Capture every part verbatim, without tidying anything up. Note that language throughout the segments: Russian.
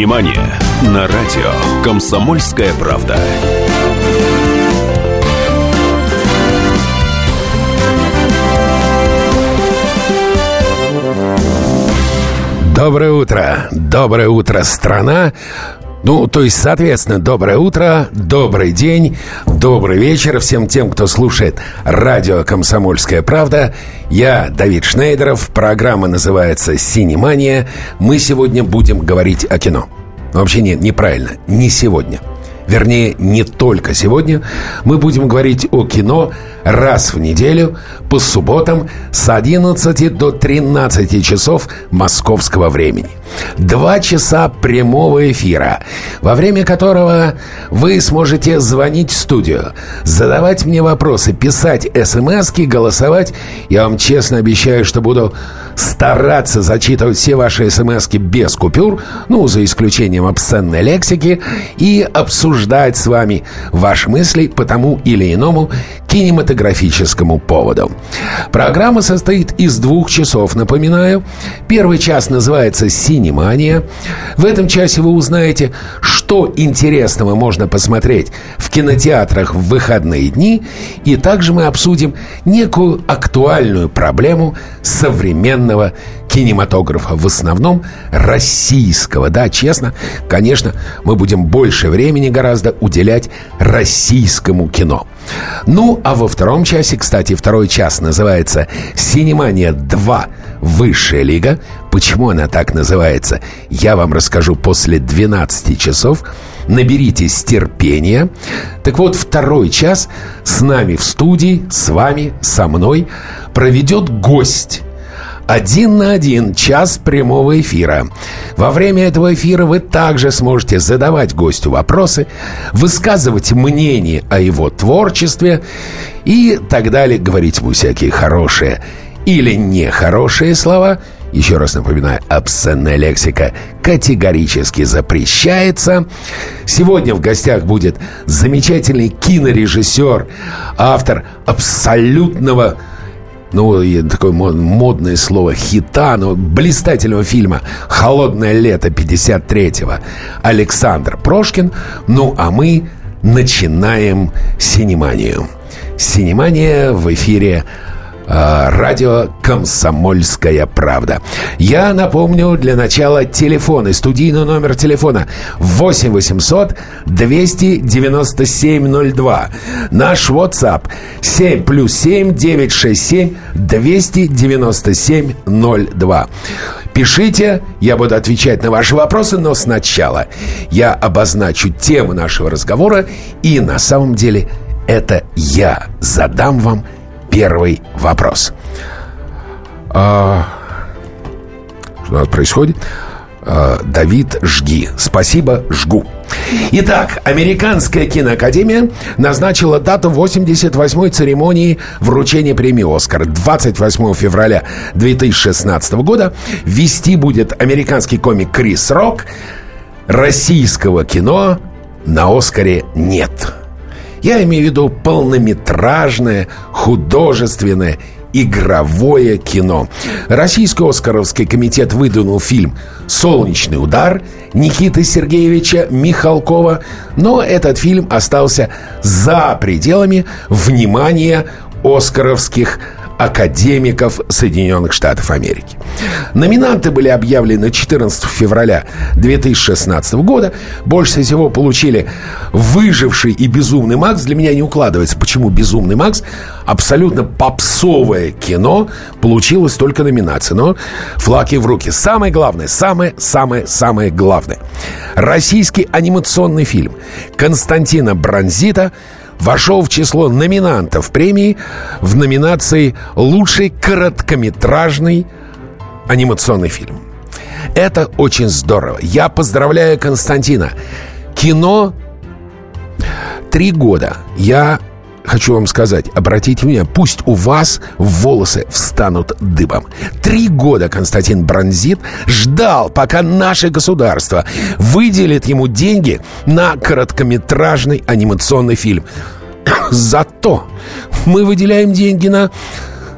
«Синемания» на радио «Комсомольская правда». Доброе утро, доброе утро, страна. Ну, то есть, соответственно, доброе утро, добрый день, добрый вечер всем тем, кто слушает радио «Комсомольская правда». Я Давид Шнейдеров, программа называется «Синемания». Мы сегодня будем говорить о кино. Вообще нет, неправильно, не сегодня. Вернее, не только сегодня. Мы будем говорить о кино раз в неделю по субботам с одиннадцати до тринадцати часов московского времени. Два часа прямого эфира, во время которого вы сможете звонить в студию, задавать мне вопросы, писать смски, голосовать. Я вам честно обещаю, что буду стараться зачитывать все ваши смски без купюр, ну, за исключением обсценной лексики, и обсуждать с вами ваши мысли по тому или иному кинематографическому поводу. Программа состоит из двух часов, напоминаю. Первый час называется «Синемания». В этом часе вы узнаете, что интересного можно посмотреть в кинотеатрах в выходные дни. И также мы обсудим некую актуальную проблему современного кинематографа, в основном российского. Да, честно, конечно, мы будем больше времени гораздо уделять российскому кино. Ну, а во втором часе, кстати, второй час называется «Синемания два. Высшая лига». Почему она так называется, я вам расскажу после двенадцати часов. Наберитесь терпения. Так вот, второй час с нами в студии, с вами, со мной проведет гость. Один на один час прямого эфира. Во время этого эфира вы также сможете задавать гостю вопросы, высказывать мнение о его творчестве и так далее, говорить ему всякие хорошие или нехорошие слова. Еще раз напоминаю, обсценная лексика категорически запрещается. Сегодня в гостях будет замечательный кинорежиссер, автор абсолютного, ну, такое модное слово, хита, но блистательного фильма «Холодное лето» пятьдесят третьего Александр Прошкин. Ну, а мы начинаем «Синеманию». «Синемания» в эфире радио «Комсомольская правда». Я напомню для начала телефоны. Студийный номер телефона восемь восемьсот двести девяносто семь ноль два. Наш WhatsApp семь плюс семь девятьсот шестьдесят семь двести девяносто семь ноль два. Пишите, я буду отвечать на ваши вопросы, но сначала я обозначу тему нашего разговора, и на самом деле это я задам вам первый вопрос. А, что у нас происходит? А, Давид, жги. Спасибо, жгу. Итак, Американская киноакадемия назначила дату восемьдесят восьмой церемонии вручения премии «Оскар». двадцать восьмого февраля две тысячи шестнадцатого года вести будет американский комик Крис Рок. Российского кино на «Оскаре» нет. Я имею в виду полнометражное, художественное, игровое кино. Российский Оскаровский комитет выдвинул фильм «Солнечный удар» Никиты Сергеевича Михалкова, но этот фильм остался за пределами внимания оскаровских академиков Соединенных Штатов Америки. Номинанты были объявлены четырнадцатого февраля две тысячи шестнадцатого года. Больше всего получили «Выживший» и «Безумный Макс». Для меня не укладывается, почему «Безумный Макс». Абсолютно попсовое кино, получилось только номинации. Но флаг в руки. Самое главное, самое-самое-самое главное. Российский анимационный фильм Константина Бронзита вошел в число номинантов премии в номинации «Лучший короткометражный анимационный фильм». Это очень здорово. Я поздравляю Константина. Кино три года. Я хочу вам сказать, обратите внимание, пусть у вас волосы встанут дыбом. Три года Константин Бронзит ждал, пока наше государство выделит ему деньги на короткометражный анимационный фильм. Зато мы выделяем деньги на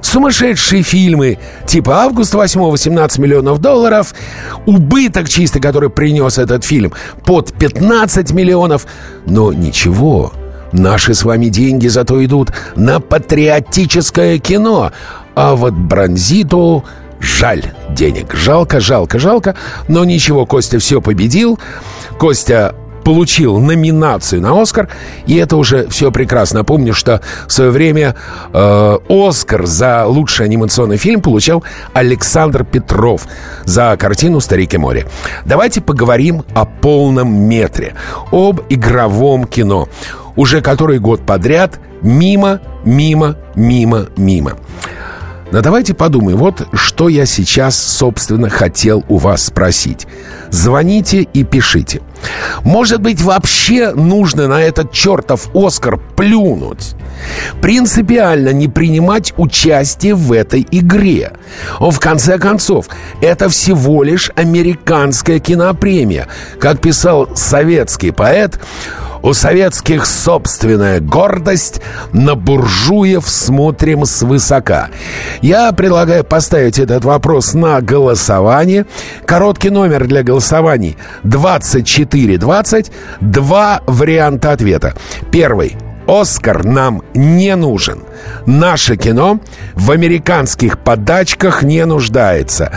Сумасшедшие фильмы типа «Август восьмого» семнадцать миллионов долларов. Убыток чистый, который принес этот фильм, под пятнадцать миллионов. Но ничего, наши с вами деньги зато идут на патриотическое кино. А вот Бронзиту жаль денег. Жалко, жалко, жалко. Но ничего, Костя все победил. Костя получил номинацию на «Оскар», и это уже все прекрасно. Помню, что в свое время э, «Оскар» за лучший анимационный фильм получал Александр Петров за картину «Старик и море». Давайте поговорим о полном метре, об игровом кино. Уже который год подряд мимо, мимо, мимо, мимо. Но давайте подумаем, вот что я сейчас, собственно, хотел у вас спросить. Звоните и пишите. Может быть, вообще нужно на этот чертов «Оскар» плюнуть? Принципиально не принимать участие в этой игре. В конце концов, это всего лишь американская кинопремия. Как писал советский поэт, у советских собственная гордость, на буржуев смотрим свысока. Я предлагаю поставить этот вопрос на голосование. Короткий номер для голосований двадцать четыре двадцать. Два варианта ответа. Первый. «Оскар нам не нужен. Наше кино в американских подачках не нуждается».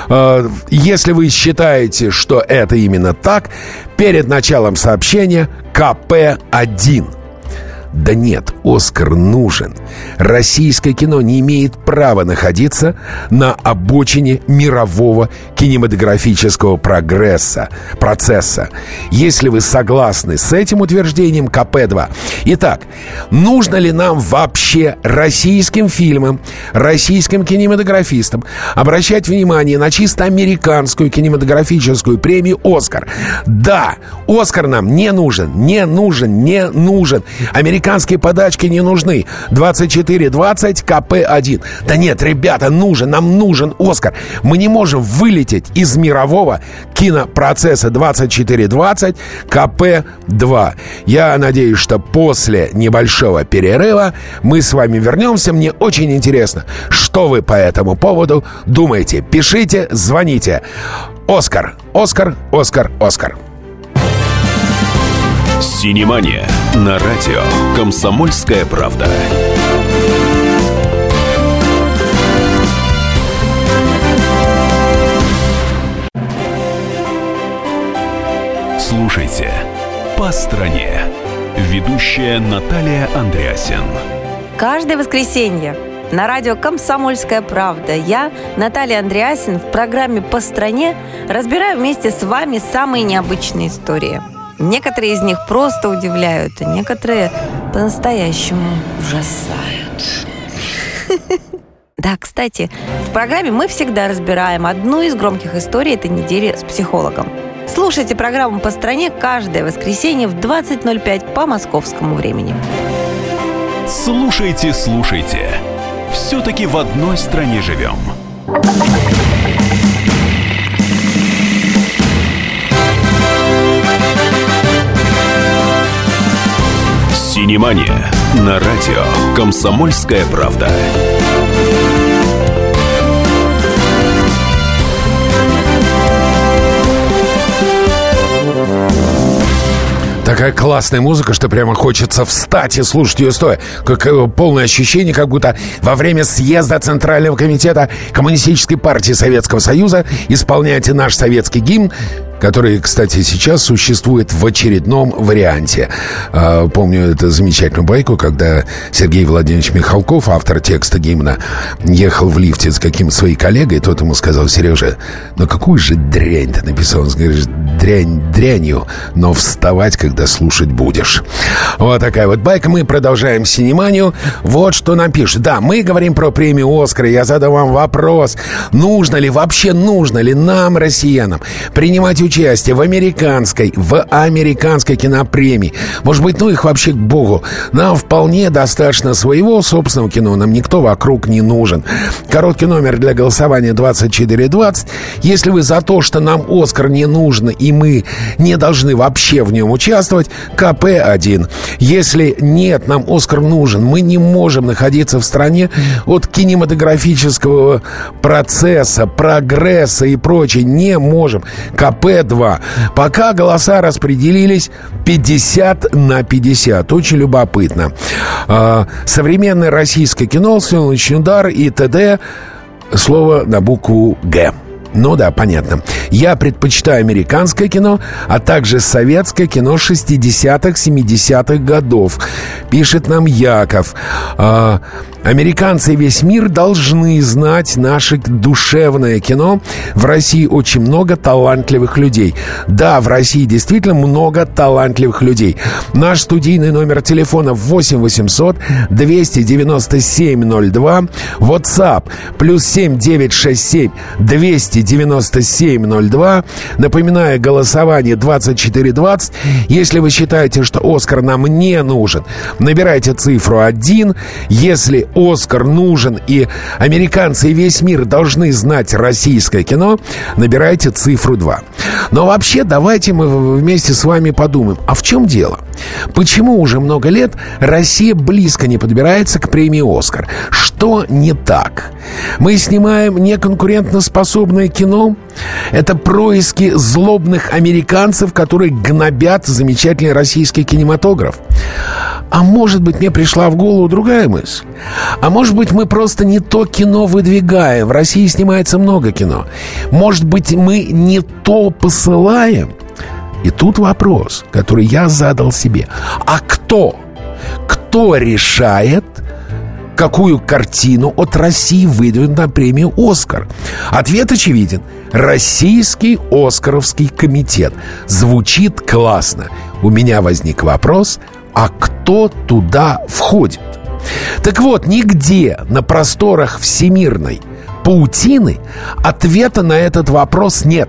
Если вы считаете, что это именно так, перед началом сообщения ка пэ один. Да нет, «Оскар» нужен. Российское кино не имеет права находиться на обочине мирового кинематографического прогресса, процесса. Если вы согласны с этим утверждением, ка пэ два. Итак, нужно ли нам вообще российским фильмам, российским кинематографистам обращать внимание на чисто американскую кинематографическую премию «Оскар»? Да, «Оскар» нам не нужен, не нужен, не нужен. Американские подачки не нужны. двадцать четыре двадцать, ка пэ один. Да нет, ребята, нужен, нам нужен «Оскар». Мы не можем вылететь из мирового кинопроцесса. Двадцать четыре двадцать, ка пэ два. Я надеюсь, что после небольшого перерыва мы с вами вернемся. Мне очень интересно, что вы по этому поводу думаете. Пишите, звоните. «Оскар», «Оскар», «Оскар», «Оскар». «Синемания» на радио «Комсомольская правда». Слушайте «По стране». Ведущая Наталья Андреасин. Каждое воскресенье на радио «Комсомольская правда» я, Наталья Андреасин, в программе «По стране» разбираю вместе с вами самые необычные истории. Некоторые из них просто удивляют, а некоторые по-настоящему ужасают. Да, кстати, в программе мы всегда разбираем одну из громких историй этой недели с психологом. Слушайте программу «По стране» каждое воскресенье в двадцать ноль пять по московскому времени. Слушайте, слушайте. Все-таки в одной стране живем. «Синемания» на радио «Комсомольская правда». Такая классная музыка, что прямо хочется встать и слушать ее стоя. Как полное ощущение, как будто во время съезда Центрального комитета Коммунистической партии Советского Союза исполняете наш советский гимн, который, кстати, сейчас существует в очередном варианте. Помню эту замечательную байку, когда Сергей Владимирович Михалков, автор текста гимна, ехал в лифте с каким-то своей коллегой, и тот ему сказал: «Сережа, ну какую же дрянь ты написал?» Он говорит: «Дрянь дрянью, но вставать, когда слушать будешь». Вот такая вот байка. Мы продолжаем «Синеманию». Вот что нам пишут. Да, мы говорим про премию «Оскар». Я задам вам вопрос. Нужно ли, вообще нужно ли нам, россиянам, принимать участие участие в американской, в американской кинопремии. Может быть, ну их вообще к богу. Нам вполне достаточно своего собственного кино. Нам никто вокруг не нужен. Короткий номер для голосования двадцать четыре двадцать. Если вы за то, что нам Оскар не нужен и мы не должны вообще в нем участвовать, ка пэ один. Если нет, нам Оскар нужен, мы не можем находиться в стране от кинематографического процесса, прогресса и прочее, не можем. ка пэ два. Пока голоса распределились пятьдесят на пятьдесят. Очень любопытно. А, современное российское кино, «Солнечный удар» и т.д. Слово на букву «Г». Ну да, понятно. Я предпочитаю американское кино, а также советское кино шестидесятых, семидесятых годов. Пишет нам Яков. А, американцы и весь мир должны знать наше душевное кино. В России очень много талантливых людей. Да, в России действительно много талантливых людей. Наш студийный номер телефона восемь восемьсот двести девяносто семь ноль два. WhatsApp плюс семь девятьсот шестьдесят семь двести девяносто семь ноль два. Напоминаю, голосование двадцать четыре двадцать. Если вы считаете, что Оскар нам не нужен, набирайте цифру один. Если Оскар нужен и американцы и весь мир должны знать российское кино, набирайте цифру два. Но вообще давайте мы вместе с вами подумаем, а в чем дело? Почему уже много лет Россия близко не подбирается к премии «Оскар»? Что не так? Мы снимаем неконкурентоспособное кино? Это происки злобных американцев, которые гнобят замечательный российский кинематограф? А может быть, мне пришла в голову другая мысль? А может быть, мы просто не то кино выдвигаем? В России снимается много кино. Может быть, мы не то посылаем? И тут вопрос, который я задал себе. А кто? Кто решает, какую картину от России выдвинут на премию «Оскар»? Ответ очевиден. Российский Оскаровский комитет. Звучит классно. У меня возник вопрос, а кто туда входит? Так вот, нигде на просторах всемирной паутины ответа на этот вопрос нет.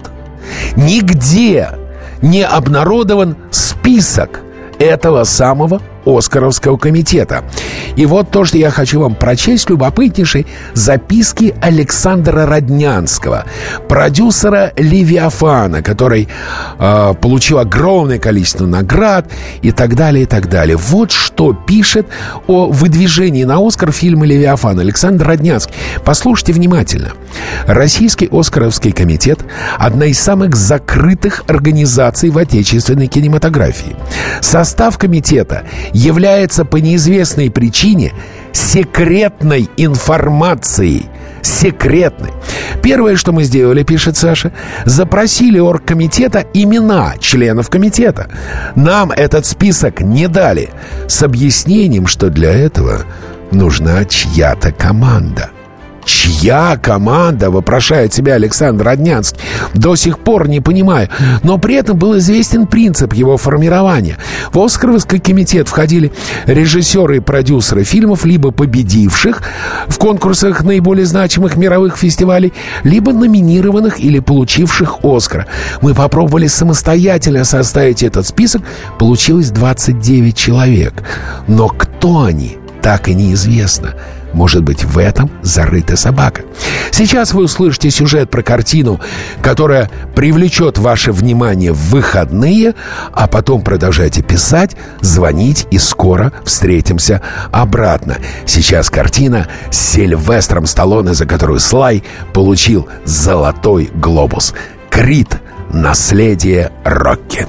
Нигде не обнародован список этого самого Оскаровского комитета. И вот то, что я хочу вам прочесть, любопытнейшие записки Александра Роднянского, продюсера «Левиафана», который э, получил огромное количество наград и так далее, и так далее. Вот что пишет о выдвижении на Оскар фильма «Левиафан» Александр Роднянский. Послушайте внимательно. Российский Оскаровский комитет – одна из самых закрытых организаций в отечественной кинематографии. Состав комитета является по неизвестной причине секретной информацией. Секретной. Первое, что мы сделали, пишет Саша, запросили оргкомитета имена членов комитета. Нам этот список не дали, с объяснением, что для этого нужна чья-то команда. Чья команда, вопрошает себя Александр Роднянский. До сих пор не понимаю. Но при этом был известен принцип его формирования. В Оскаровский комитет входили режиссеры и продюсеры фильмов, либо победивших в конкурсах наиболее значимых мировых фестивалей, либо номинированных или получивших Оскар. Мы попробовали самостоятельно составить этот список. Получилось двадцать девять человек. Но кто они, так и неизвестно. Может быть, в этом зарыта собака. Сейчас вы услышите сюжет про картину, которая привлечет ваше внимание в выходные, а потом продолжайте писать, звонить, и скоро встретимся обратно. Сейчас картина с Сильвестром Сталлоне, за которую Слай получил «Золотой глобус». «Крид. Наследие Рокки».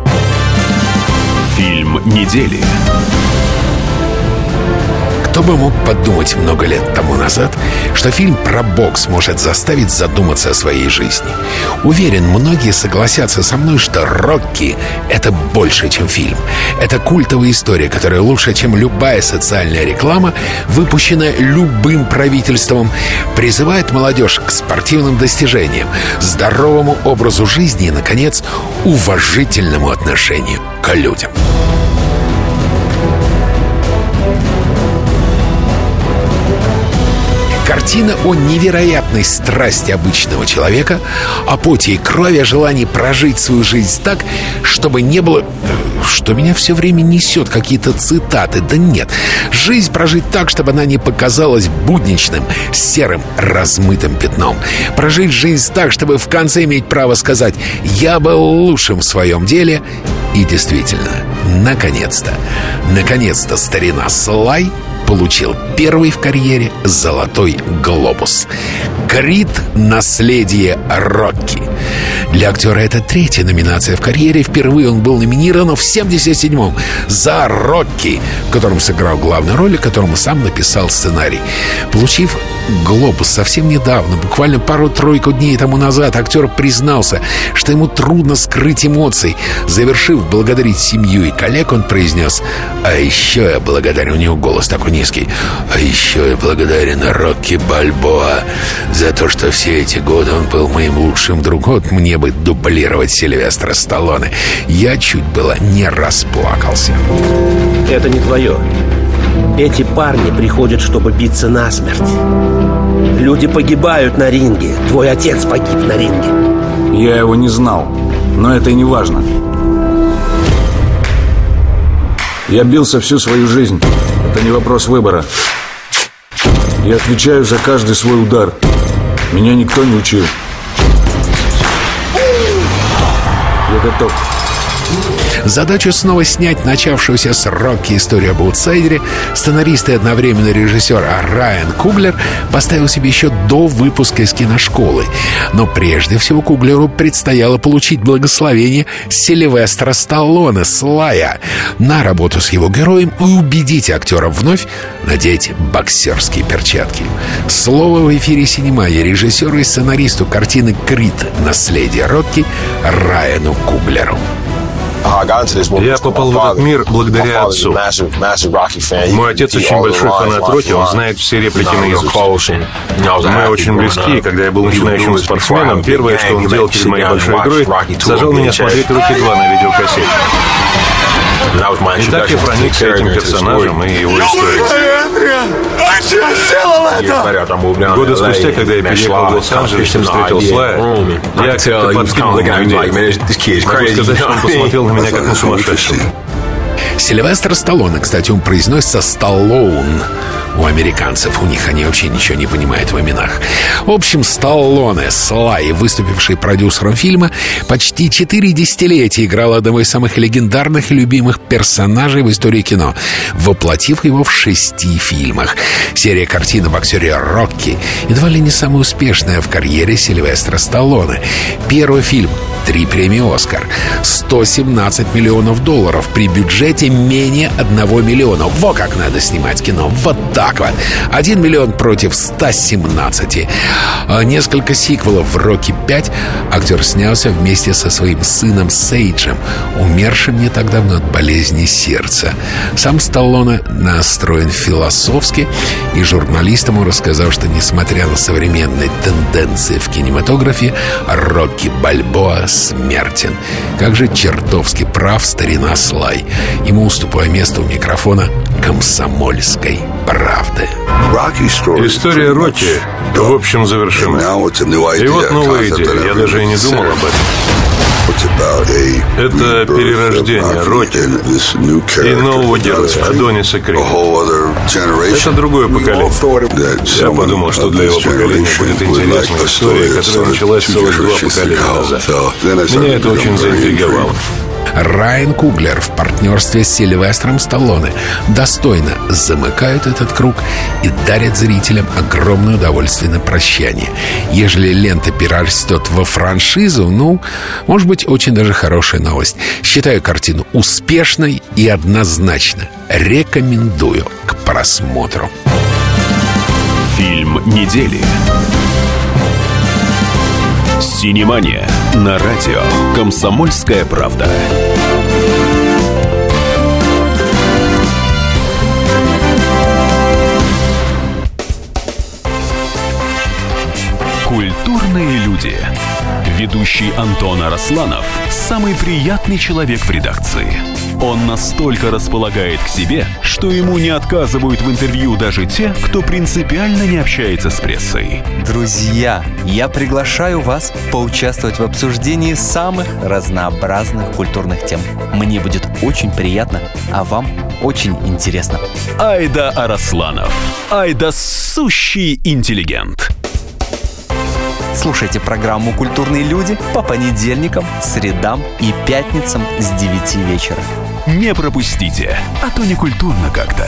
Фильм недели. Кто бы мог подумать много лет тому назад, что фильм про бокс может заставить задуматься о своей жизни. Уверен, многие согласятся со мной, что «Рокки» — это больше, чем фильм. Это культовая история, которая лучше, чем любая социальная реклама, выпущенная любым правительством, призывает молодежь к спортивным достижениям, здоровому образу жизни и, наконец, уважительному отношению к людям. Картина о невероятной страсти обычного человека, о поте и крови, о желании прожить свою жизнь так, чтобы не было... Что меня все время несет, какие-то цитаты. Да нет, жизнь прожить так, чтобы она не показалась будничным, серым, размытым пятном. Прожить жизнь так, чтобы в конце иметь право сказать: «Я был лучшим в своем деле». И действительно, наконец-то, наконец-то старина Слай получил первый в карьере «Золотой глобус». «Крид. Наследие Рокки». Для актера это третья номинация в карьере. Впервые он был номинирован в семьдесят седьмом за «Рокки», в котором сыграл главную роль, и которому сам написал сценарий. Получив «Глобус» совсем недавно, буквально пару-тройку дней тому назад, актер признался, что ему трудно скрыть эмоций. Завершив благодарить семью и коллег, он произнес: «А еще я благодарен». У него голос такой низкий. «А еще я благодарен Рокки Бальбоа за то, что все эти годы он был моим лучшим другом. Вот мне бы дублировать Сильвестра Сталлоне. Я чуть было не расплакался». Это не твое. Эти парни приходят, чтобы биться насмерть. Люди погибают на ринге. Твой отец погиб на ринге. Я его не знал, но это и не важно. Я бился всю свою жизнь. Это не вопрос выбора. Я отвечаю за каждый свой удар. Меня никто не учил. Я готов. Задачу снова снять начавшуюся с Рокки историю об аутсайдере сценарист и одновременно режиссер Райан Куглер поставил себе еще до выпуска из киношколы. Но прежде всего Куглеру предстояло получить благословение Сильвестра Сталлоне, Слая, на работу с его героем и убедить актера вновь надеть боксерские перчатки. Слово в эфире «Синемания» режиссеру и сценаристу картины «Крид. Наследие Рокки» Райану Куглеру. Я попал в этот мир благодаря отцу. Мой отец очень большой фанат Рокки, он знает все реплики наизусть. Мы очень близки, и когда я был начинающим спортсменом, первое, что он делал перед моей большой игрой, сажал меня смотреть Рокки два на видеокассете. И так я проникся этим персонажем и его историей. Годы спустя, когда я переехал в Лос-Анджелес и встретил Слая, я как-то подкинул ему идею. Могу сказать, что он посмотрел на меня как на сумасшедшего. Сильвестр Сталлоне, кстати, он произносится «Сталлоун». У американцев, у них они вообще ничего не понимают в именах. В общем, Сталлоне, Слай, выступивший продюсером фильма, почти четыре десятилетия играл одного из самых легендарных и любимых персонажей в истории кино, воплотив его в шести фильмах. Серия картин о боксере Рокки едва ли не самая успешная в карьере Сильвестра Сталлоне. Первый фильм — три премии «Оскар», сто семнадцать миллионов долларов при бюджете менее одного миллиона. Во как надо снимать кино, вот так вот. Один миллион против ста семнадцати. Несколько сиквелов в «Рокки пять» актер снялся вместе со своим сыном Сейджем, умершим не так давно от болезни сердца. Сам Сталлоне настроен философски, и журналистам он рассказал, что несмотря на современные тенденции в кинематографе, Рокки Бальбоа смертен. Как же чертовски прав старина Слай. Ему уступая место у микрофона «Комсомольской правды». История Рокки, в общем, завершена. И вот новая идея, я даже и не думал об этом. Это перерождение Рокки и нового героя, Адониса Крида. Это другое поколение. Я подумал, что для его поколения будет интересная история, которая началась целых два поколения назад. Меня это очень заинтриговало. Райан Куглер в партнерстве с Сильвестром Сталлоне достойно замыкают этот круг и дарят зрителям огромное удовольствие на прощание. Ежели лента перерастет во франшизу, ну, может быть, очень даже хорошая новость. Считаю картину успешной и однозначно рекомендую к просмотру. Фильм недели. «Синемания» на радио «Комсомольская правда». Культурные люди. Ведущий Антон Арасланов – самый приятный человек в редакции. Он настолько располагает к себе, что ему не отказывают в интервью даже те, кто принципиально не общается с прессой. Друзья, я приглашаю вас поучаствовать в обсуждении самых разнообразных культурных тем. Мне будет очень приятно, а вам очень интересно. Айда Арасланов. Айда сущий интеллигент. Слушайте программу «Культурные люди» по понедельникам, средам и пятницам с девяти вечера. Не пропустите, а то не культурно как-то.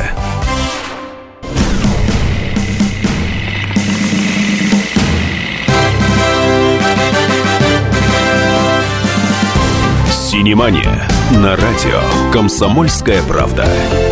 Синемания на радио «Комсомольская правда».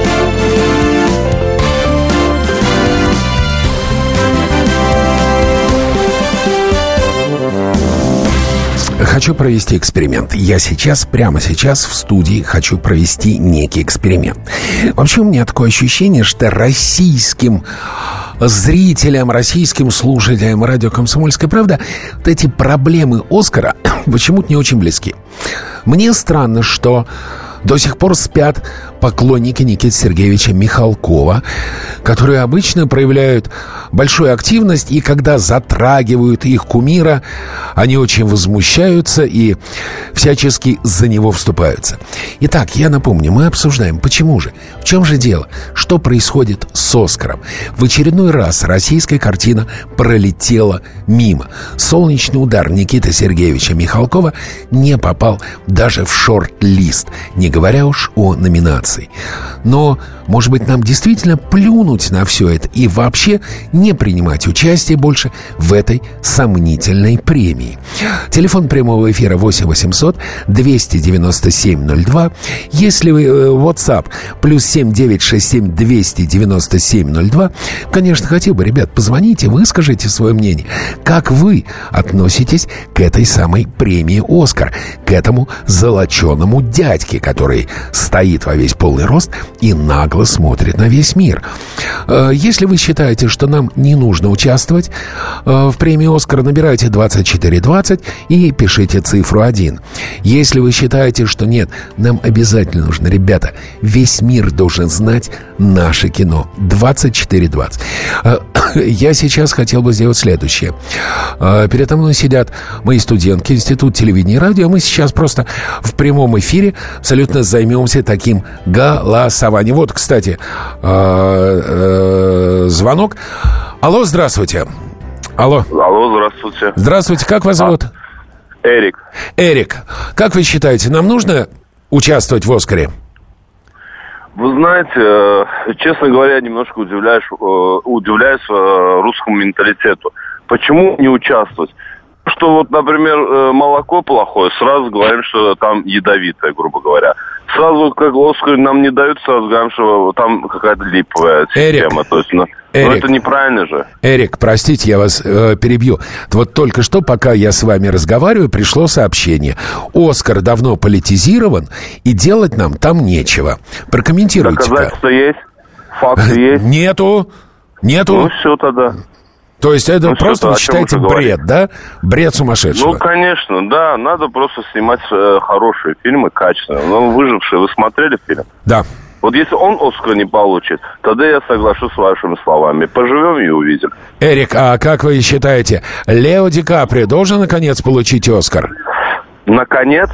Хочу провести эксперимент. Я сейчас, прямо сейчас в студии хочу провести некий эксперимент. Вообще у меня такое ощущение, что российским зрителям, российским слушателям радио «Комсомольская правда» вот эти проблемы «Оскара» почему-то не очень близки. Мне странно, что до сих пор спят поклонники Никиты Сергеевича Михалкова, которые обычно проявляют большую активность, и когда затрагивают их кумира, они очень возмущаются и всячески за него вступаются. Итак, я напомню, мы обсуждаем, почему же, в чем же дело, что происходит с «Оскаром». В очередной раз российская картина пролетела мимо. «Солнечный удар» Никиты Сергеевича Михалкова не попал даже в шорт-лист, не говоря уж о номинации. Но, может быть, нам действительно плюнуть на все это и вообще не принимать участие больше в этой сомнительной премии. Телефон прямого эфира восемь восемьсот двести девяносто семь ноль два. Если вы э, WhatsApp плюс семь девять шесть семь двести девяносто семь ноль два. Конечно, хотел бы, ребят, позвоните, выскажите свое мнение. Как вы относитесь к этой самой премии «Оскар», к этому золоченому дядьке, который стоит во весь полный рост и нагло смотрит на весь мир. Если вы считаете, что нам не нужно участвовать в премии «Оскар», набирайте двадцать четыре двадцать и пишите цифру один. Если вы считаете, что нет, нам обязательно нужно, ребята, весь мир должен знать наше кино. двадцать четыре двадцать. Я сейчас хотел бы сделать следующее. Передо мной сидят мои студентки Института телевидения и радио. Мы сейчас просто в прямом эфире абсолютно займемся таким голосованием. Вот, кстати, звонок. Алло, здравствуйте. Алло. Алло, здравствуйте. Здравствуйте, как вас зовут? Эрик. Эрик, как вы считаете, нам нужно участвовать в «Оскаре»? Вы знаете, честно говоря, немножко удивляюсь, удивляюсь русскому менталитету. Почему не участвовать? Что вот, например, молоко плохое, сразу говорим, что там ядовитое, грубо говоря. Сразу, как «Оскар» нам не дают, сразу говорим, что там какая-то липовая система. Эрик, То есть, ну, Эрик, ну, это неправильно же. Эрик, простите, я вас э, перебью. Вот только что, пока я с вами разговариваю, пришло сообщение. «Оскар» давно политизирован, и делать нам там нечего. Прокомментируйте-ка. Доказательства есть? Факты есть? Нету. Нету. Ну, все тогда. То есть это ну, просто, вы считаете, бред, да? Бред сумасшедшего. Ну, конечно, да. Надо просто снимать э, хорошие фильмы, качественные. Ну, «Выжившие», вы смотрели фильм? Да. Вот если он «Оскар» не получит, тогда я соглашусь с вашими словами. Поживем и увидим. Эрик, а как вы считаете, Лео Ди Каприо должен, наконец, получить «Оскар»? Наконец?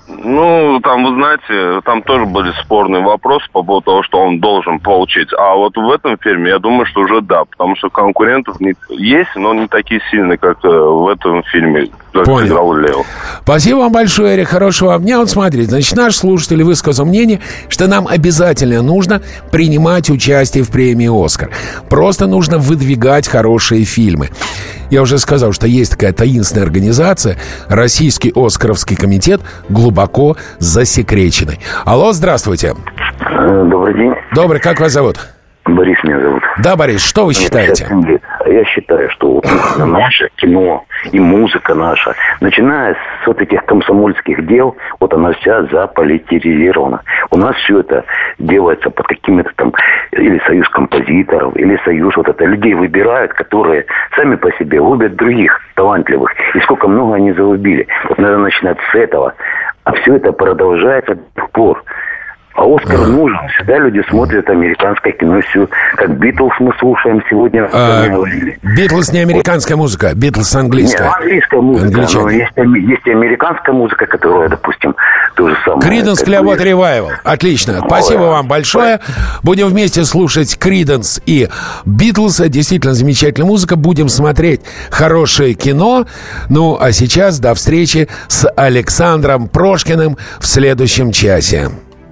Ну, там, вы знаете, там тоже были спорные вопросы по поводу того, что он должен получить. А вот в этом фильме, я думаю, что уже да. Потому что конкурентов не... есть, но не такие сильные, как в этом фильме, как сыграл Лео. Спасибо вам большое, Эрик. Хорошего вам дня. Вот смотрите, значит, наш слушатель высказал мнение, что нам обязательно нужно принимать участие в премии «Оскар». Просто нужно выдвигать хорошие фильмы. Я уже сказал, что есть такая таинственная организация, Российский Оскаровский комитет, глубоко засекреченный. Алло, здравствуйте. Добрый день. Добрый, как вас зовут? Борис меня зовут. Да, Борис, что вы считаете? Я считаю, что наше кино и музыка наша, начиная с вот этих комсомольских дел, вот она вся заполитизирована. У нас все это делается под какими-то там, или союз композиторов, или союз вот это. Людей выбирают, которые сами по себе любят других талантливых. И сколько много они залюбили. Вот надо начинать с этого. А все это продолжается до сих пор. А Оскар а. нужен. Всегда люди смотрят американское кино. Все, как Битлз мы слушаем сегодня. А, Битлз не американская музыка, Битлз английская. Не, английская музыка. Но есть, есть и американская музыка, которая, допустим, то же самое. Creedence Clearwater Revival. Отлично. Спасибо Ой, вам большое. Будем вместе слушать Creedence и Битлз. Действительно замечательная музыка. Будем смотреть хорошее кино. Ну, а сейчас до встречи с Александром Прошкиным в следующем часе.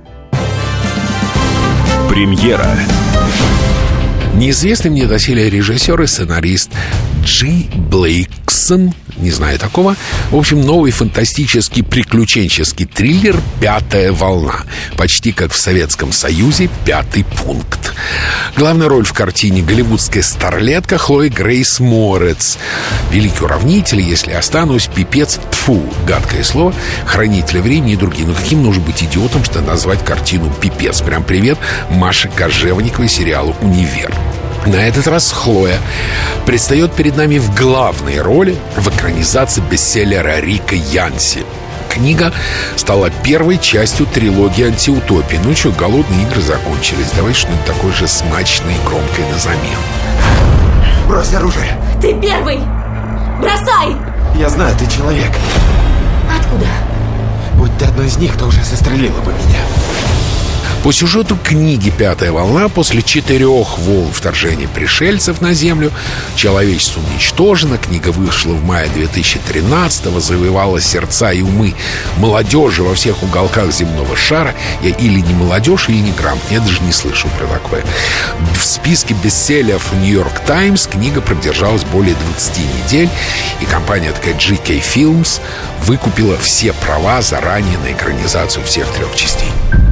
Премьера. Неизвестный мне доселе режиссер и сценарист Джи Блейксон, не знаю такого. В общем, новый фантастический приключенческий триллер «Пятая волна». Почти как в Советском Союзе «Пятый пункт». Главная роль в картине — голливудская старлетка Хлоя Грейс Морец. Великий уравнитель, если останусь, пипец, тьфу, гадкое слово, хранитель времени и другие. Ну каким нужно быть идиотом, чтобы назвать картину пипец? Прям привет Маше Кожевниковой, сериалу «Универ». На этот раз Хлоя предстает перед нами в главной роли в экранизации бестселлера Рика Янси. Книга стала первой частью трилогии антиутопии. Ну что, голодные игры закончились. Давай что-нибудь такое же смачное и громкое на замену. Брось оружие. Ты первый! Бросай! Я знаю, ты человек. Откуда? Будь ты одной из них, то уже застрелила бы меня. По сюжету книги «Пятая волна» после четырех волн вторжения пришельцев на Землю человечество уничтожено. Книга вышла в мае две тысячи тринадцатого, завоевала сердца и умы молодежи во всех уголках земного шара. Я или не молодежь, или не грамотный. Я даже не слышу про такое. В списке бестселлеров «Нью-Йорк Таймс» книга продержалась более двадцати недель, и компания такая джи кей Films выкупила все права заранее на экранизацию всех трех частей.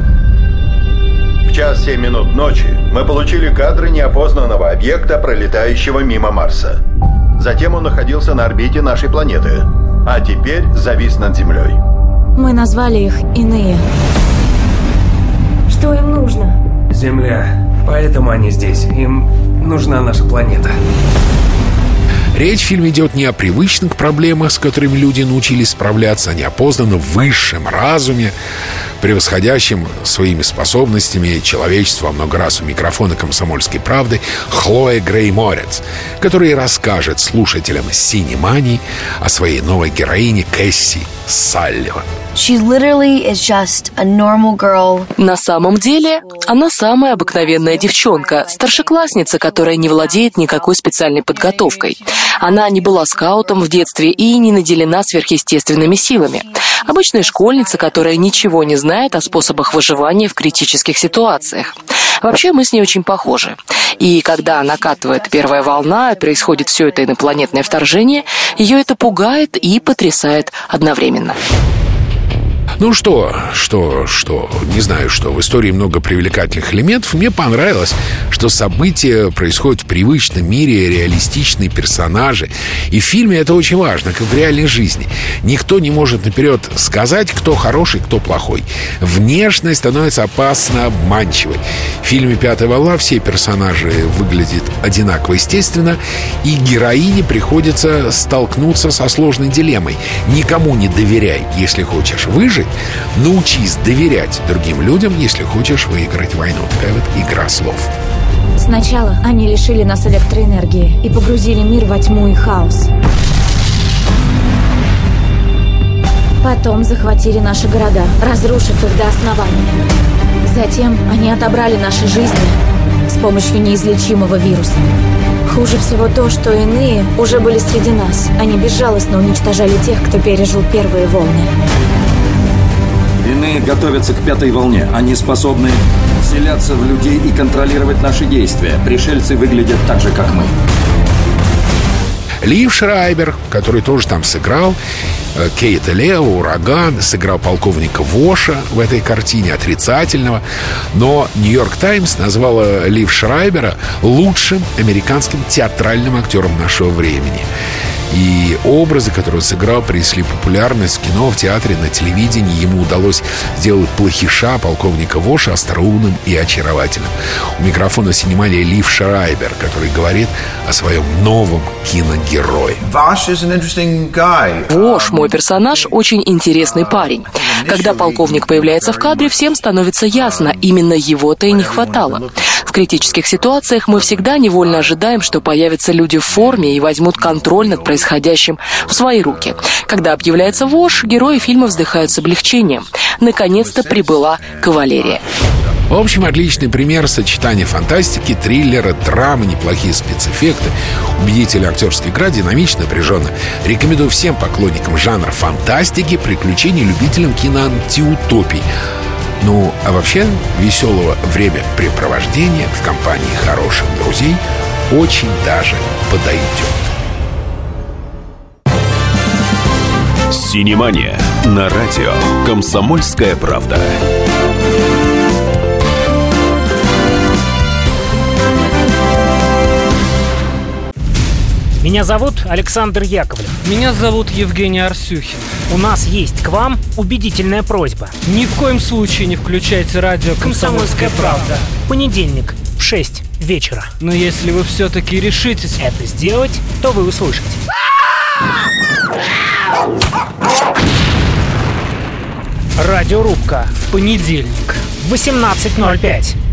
В час семь минут ночи мы получили кадры неопознанного объекта, пролетающего мимо Марса. Затем он находился на орбите нашей планеты, а теперь завис над Землей. Мы назвали их иные. Что им нужно? Земля. Поэтому они здесь. Им нужна наша планета. Речь в фильме идет не о привычных проблемах, с которыми люди научились справляться, а неопознанно высшем разуме, превосходящем своими способностями человечество во много раз у микрофона «Комсомольской правды» Хлоя Грей Морец, которая расскажет слушателям «Синемании» о своей новой героине Кэсси Салливан. She literally is just a normal girl. На самом деле, она самая обыкновенная девчонка, старшеклассница, которая не владеет никакой специальной подготовкой. Она не была скаутом в детстве и не наделена сверхъестественными силами. Обычная школьница, которая ничего не знает о способах выживания в критических ситуациях. Вообще, мы с ней очень похожи. И когда накатывает первая волна, и происходит все это инопланетное вторжение, ее это пугает и потрясает одновременно. Ну что, что, что, не знаю что. В истории много привлекательных элементов. Мне понравилось, что события происходят в привычном мире, реалистичные персонажи. И в фильме это очень важно, как в реальной жизни. Никто не может наперед сказать, кто хороший, кто плохой. Внешность становится опасно обманчивой. В фильме «Пятая волна» все персонажи выглядят одинаково естественно, и героине приходится столкнуться со сложной дилеммой. Никому не доверяй, если хочешь выжить. Научись доверять другим людям, если хочешь выиграть войну. Такая вот игра слов. Сначала они лишили нас электроэнергии и погрузили мир во тьму и хаос. Потом захватили наши города, разрушив их до основания. Затем они отобрали наши жизни с помощью неизлечимого вируса. Хуже всего то, что иные уже были среди нас. Они безжалостно уничтожали тех, кто пережил первые волны. Иные готовятся к пятой волне. Они способны вселяться в людей и контролировать наши действия. Пришельцы выглядят так же, как мы. Лив Шрайбер, который тоже там сыграл, Кейта Лео, Ураган, сыграл полковника Воша в этой картине, отрицательного. Но «Нью-Йорк Таймс» назвала Лив Шрайбера лучшим американским театральным актером нашего времени. И образы, которые он сыграл, принесли популярность в кино, в театре, на телевидении. Ему удалось сделать плохиша полковника Воша остроумным и очаровательным. У микрофона синемания Лив Шрайбер, который говорит о своем новом киногерое. Вош, мой персонаж, очень интересный парень. Когда полковник появляется в кадре, всем становится ясно, именно его-то и не хватало. В критических ситуациях мы всегда невольно ожидаем, что появятся люди в форме и возьмут контроль над происходящим в свои руки. Когда объявляется Вош, герои фильма вздыхают с облегчением. Наконец-то прибыла кавалерия. В общем, отличный пример сочетания фантастики, триллера, драмы, неплохие спецэффекты, убедительная актерская игра, динамично, напряженно. Рекомендую всем поклонникам жанра фантастики, приключений, любителям киноантиутопий. Ну, а вообще, веселого времяпрепровождения в компании хороших друзей очень даже подойдет. Синемания на радио «Комсомольская правда». Меня зовут Александр Яковлев. Меня зовут Евгений Арсюхин. У нас есть к вам убедительная просьба. Ни в коем случае не включайте радио «Комсомольская правда». В понедельник в шесть вечера. Но если вы все-таки решитесь это сделать, то вы услышите. Радиорубка в понедельник в восемнадцать ноль пять.